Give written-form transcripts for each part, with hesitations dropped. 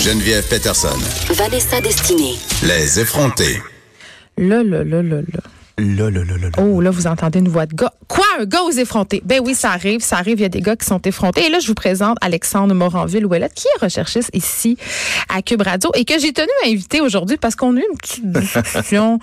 Geneviève Peterson. Vanessa Destinée. Les effrontés. Là. Oh, là, vous entendez une voix de gars. Quoi, un gars aux effrontés? Ben oui, ça arrive, il y a des gars qui sont effrontés. Et là, je vous présente Alexandre Moranville-Ouellette, qui est recherchiste ici à Cube Radio et que j'ai tenu à inviter aujourd'hui parce qu'on a eu une petite discussion.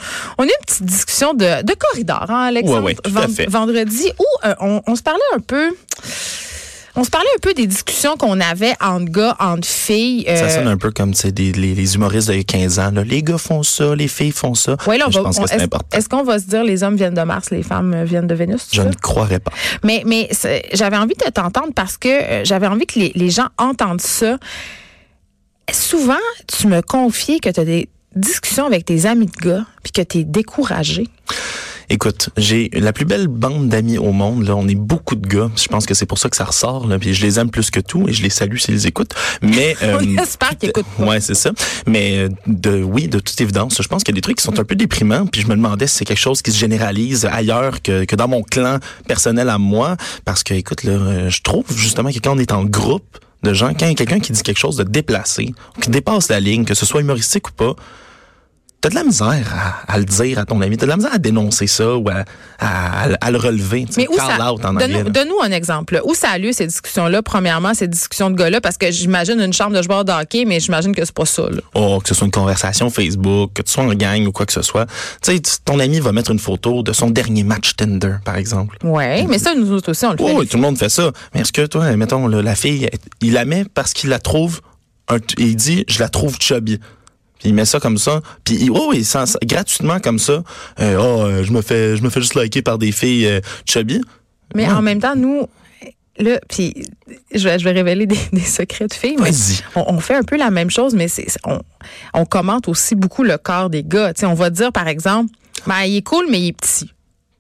De corridor, hein, Alexandre? Oui, tout à fait. Vendredi, où on se parlait un peu... On se parlait un peu des discussions qu'on avait entre gars, entre filles. Ça sonne un peu comme les humoristes de 15 ans. Là. Les gars font ça, les filles font ça. Oui, là, je pense que c'est important. Est-ce qu'on va se dire les hommes viennent de Mars, les femmes viennent de Vénus? Je ne croirais pas. Mais j'avais envie de t'entendre parce que j'avais envie que les gens entendent ça. Souvent, tu me confies que tu as des discussions avec tes amis de gars puis que tu es découragé. Écoute, j'ai la plus belle bande d'amis au monde. Là, on est beaucoup de gars. Je pense que c'est pour ça que ça ressort. Là, puis je les aime plus que tout et je les salue s'ils écoutent. Mais on espère qu'ils écoutent pas. Ouais, c'est ça. Mais de toute évidence, je pense qu'il y a des trucs qui sont un peu déprimants. Puis je me demandais si c'est quelque chose qui se généralise ailleurs que dans mon clan personnel à moi. Parce que, écoute, là, je trouve justement que quand on est en groupe de gens, quand il y a quelqu'un qui dit quelque chose de déplacé, qui dépasse la ligne, que ce soit humoristique ou pas. T'as de la misère à le dire à ton ami. T'as de la misère à dénoncer ça ou à le relever. Mais où call out en anglais. Donne-nous un exemple. Là. Où ça a lieu, ces discussions-là? Premièrement, ces discussions de gars-là, parce que j'imagine une chambre de joueurs de hockey, mais j'imagine que c'est pas ça. Là. Oh, que ce soit une conversation Facebook, que tu sois en gang ou quoi que ce soit. Tu sais, ton ami va mettre une photo de son dernier match Tinder, par exemple. Oui, mais ça, nous autres aussi, on le fait. Oui, tout le monde fait ça. Mais est-ce que toi, mettons, la fille, il la met parce qu'il la trouve, il dit, je la trouve chubby. Puis il met ça comme ça, puis gratuitement comme ça. Je me fais juste liker par des filles chubby. Mais en même temps, nous, là, puis je vais révéler des secrets de filles. Mais on fait un peu la même chose, mais on commente aussi beaucoup le corps des gars. Tu sais, on va dire par exemple, ben il est cool, mais il est petit.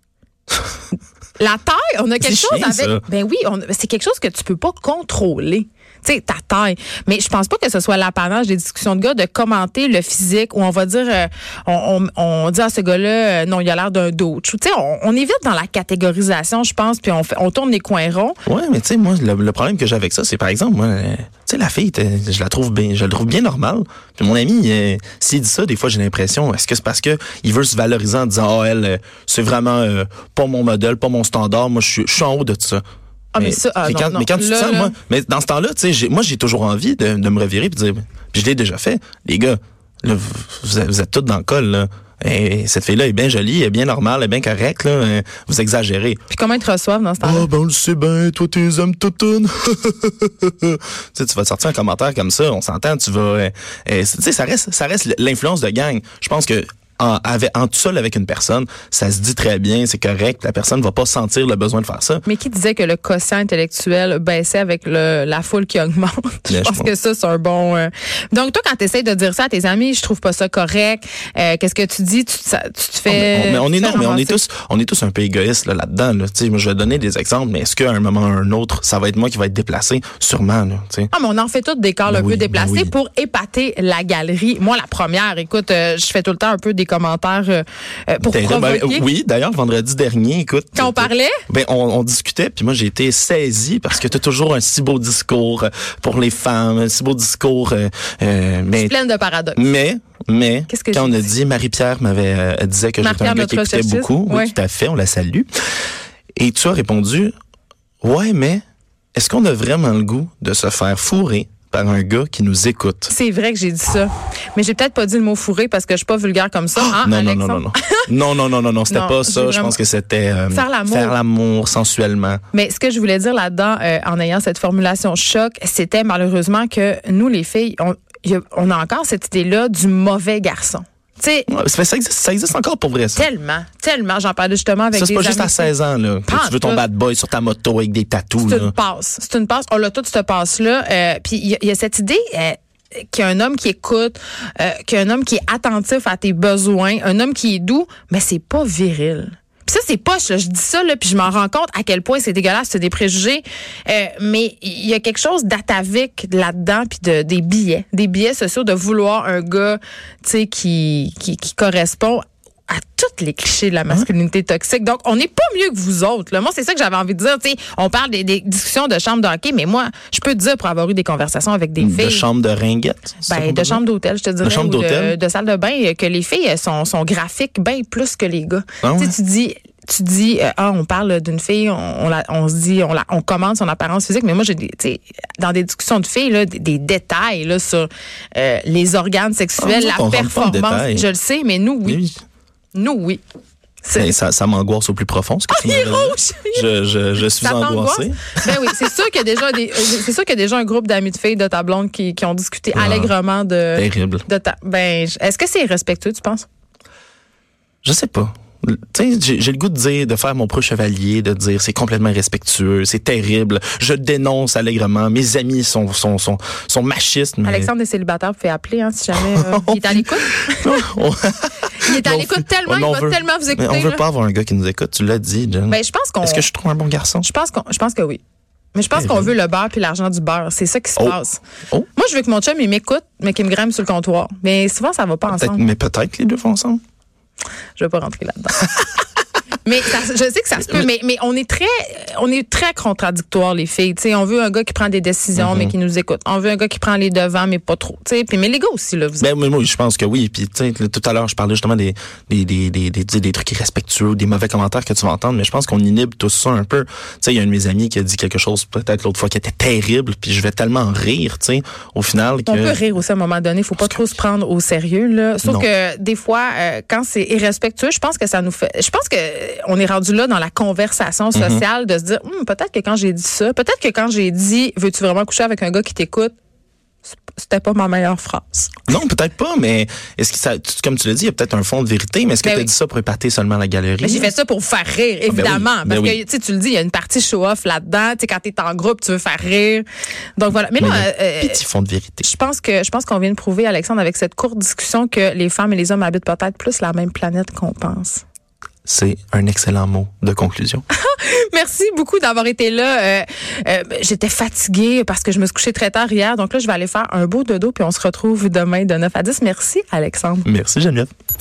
La taille, on a quelque chose avec. Ça. Ben oui, c'est quelque chose que tu peux pas contrôler. Tu sais, ta taille. Mais je pense pas que ce soit l'apanage des discussions de gars de commenter le physique où on va dire, on dit à ce gars-là, non, il a l'air d'un doute. Tu sais, on évite dans la catégorisation, je pense, puis on tourne les coins ronds. Ouais, mais tu sais, moi, le problème que j'ai avec ça, c'est par exemple, moi, tu sais, la fille, je la trouve bien normale. Puis mon ami, s'il dit ça, des fois, j'ai l'impression, est-ce que c'est parce que il veut se valoriser en disant, elle, c'est vraiment pas mon modèle, pas mon standard, moi, je suis en haut de tout ça. Ah, mais quand tu te sens, moi, mais dans ce temps-là, tu sais, moi, j'ai toujours envie de me revirer et de dire, puis je l'ai déjà fait. Les gars, là, vous êtes tous dans le col, là. Et cette fille-là est bien jolie, elle est bien normale, elle est bien correcte, là. Vous exagérez. Puis comment ils te reçoivent dans ce temps-là? Ah, ben, on le sait bien, toi, t'es aimes toutes. Tu sais, tu vas te sortir un commentaire comme ça, on s'entend, tu vas, tu sais, ça reste l'influence de gang. Je pense que, en tout seul avec une personne, ça se dit très bien, c'est correct, la personne va pas sentir le besoin de faire ça. Mais qui disait que le quotient intellectuel baissait avec la foule qui augmente? Je pense que ça, c'est un bon... Donc, toi, quand tu essaies de dire ça à tes amis, je trouve pas ça correct, qu'est-ce que tu dis? Tu te fais... on est tous un peu égoïstes là-dedans. Là. Moi, je vais donner des exemples, mais est-ce qu'à un moment ou à un autre, ça va être moi qui va être déplacé? Sûrement. Là, mais on en fait tous des corps un peu déplacés pour épater la galerie. Moi, la première, écoute, je fais tout le temps un peu des commentaires pour provoquer. Oui, d'ailleurs, vendredi dernier, écoute. Quand on parlait? On discutait, puis moi, j'ai été saisi parce que tu as toujours un si beau discours pour les femmes, un si beau discours. C'est plein de paradoxes. Mais quand on a dit? dit, Marie-Pierre disait que j'étais un gars qui écoutait beaucoup. Oui, tout à fait, on la salue. Et tu as répondu, ouais, mais est-ce qu'on a vraiment le goût de se faire fourrer par un gars qui nous écoute? C'est vrai que j'ai dit ça. Mais j'ai peut-être pas dit le mot fourré parce que je suis pas vulgaire comme ça. Hein, non, c'était pas ça. Je pense que c'était faire l'amour sensuellement. Mais ce que je voulais dire là-dedans, en ayant cette formulation choc, c'était malheureusement que nous, les filles, on a encore cette idée-là du mauvais garçon. Ça existe encore pour vrai, ça. Tellement. J'en parlais justement avec des amis. Ça, c'est pas juste à 16 ans, là. Que tu veux ton bad boy sur ta moto avec des tatous, C'est une passe. On a toute cette passe-là. Puis il y a cette idée qu'il y a un homme qui écoute, qu'il y a un homme qui est attentif à tes besoins, un homme qui est doux, mais c'est pas viril. Puis ça, c'est poche, là. Je dis ça, là, puis je m'en rends compte à quel point c'est dégueulasse, c'est des préjugés. Mais il y a quelque chose d'atavique là-dedans, puis des billets sociaux, de vouloir un gars, tu sais, qui correspond à tous les clichés de la masculinité toxique. Donc, on n'est pas mieux que vous autres. Là. Moi, c'est ça que j'avais envie de dire. T'sais, on parle des discussions de chambre de hockey, mais moi, je peux te dire, pour avoir eu des conversations avec des filles... De chambre de ringuette? De chambre d'hôtel, je te dirais. De chambre d'hôtel? De salle de bain, que les filles sont graphiques bien plus que les gars. Ah ouais? Tu dis, on parle d'une fille, on commande son apparence physique, mais moi, dans des discussions de filles, là, des détails là, sur les organes sexuels, la performance. Je le sais, mais nous, oui. Nous, oui. Ça m'angoisse au plus profond. Ce que tu il est rouge! Je suis angoissée. Ben oui, c'est sûr qu'il y a déjà un groupe d'amis de filles de ta blonde qui ont discuté allègrement de... Terrible. Est-ce que c'est irrespectueux, tu penses? Je sais pas. Tu sais, j'ai le goût de dire, de faire mon preux chevalier, de dire c'est complètement irrespectueux, c'est terrible. Je dénonce allègrement. Mes amis sont machistes. Mais... Alexandre est célibataire, vous pouvez appeler si jamais il est à l'écoute. Il est à l'écoute tellement, il va tellement vous écouter. Mais on veut pas avoir un gars qui nous écoute, tu l'as dit, Jen. Ben, je pense qu'on... Est-ce que je suis trop un bon garçon? Je pense que oui. Mais je pense qu'on veut le beurre puis l'argent du beurre. C'est ça qui se passe. Moi, je veux que mon chum, il m'écoute, mais qu'il me grimpe sur le comptoir. Mais souvent, ça va pas ensemble. Mais peut-être les deux vont ensemble. Je vais pas rentrer là-dedans. Mais je sais que ça se peut, mais on est très contradictoires, les filles. T'sais, on veut un gars qui prend des décisions, mais qui nous écoute. On veut un gars qui prend les devants, mais pas trop. Puis, mais les gars aussi, là, vous moi, je pense que oui. Puis, tout à l'heure, je parlais justement des trucs irrespectueux, des mauvais commentaires que tu vas entendre, mais je pense qu'on inhibe tout ça un peu. Tu sais, il y a un de mes amis qui a dit quelque chose, peut-être l'autre fois, qui était terrible, puis je vais tellement rire, tu sais, au final. On peut rire aussi à un moment donné. Faut pas trop se prendre au sérieux, là. Sauf que, des fois, quand c'est irrespectueux, je pense que ça nous fait... Je pense que on est rendu là dans la conversation sociale de se dire peut-être que quand j'ai dit ça, peut-être que quand j'ai dit veux-tu vraiment coucher avec un gars qui t'écoute, c'était pas ma meilleure phrase. Non, peut-être pas, mais est-ce que ça, comme tu l'as dit, il y a peut-être un fond de vérité, mais est-ce que tu as dit ça pour épater seulement la galerie? Mais j'ai fait ça pour vous faire rire, évidemment. Parce que tu le dis, il y a une partie show-off là-dedans. Tu sais, quand t'es en groupe, tu veux faire rire. Donc voilà. Mais là, petit fond de vérité. Je pense qu'on vient de prouver, Alexandre, avec cette courte discussion, que les femmes et les hommes habitent peut-être plus la même planète qu'on pense. C'est un excellent mot de conclusion. Merci beaucoup d'avoir été là. J'étais fatiguée parce que je me suis couchée très tard hier. Donc là, je vais aller faire un beau dodo puis on se retrouve demain de 9 à 10. Merci, Alexandre. Merci, Geneviève.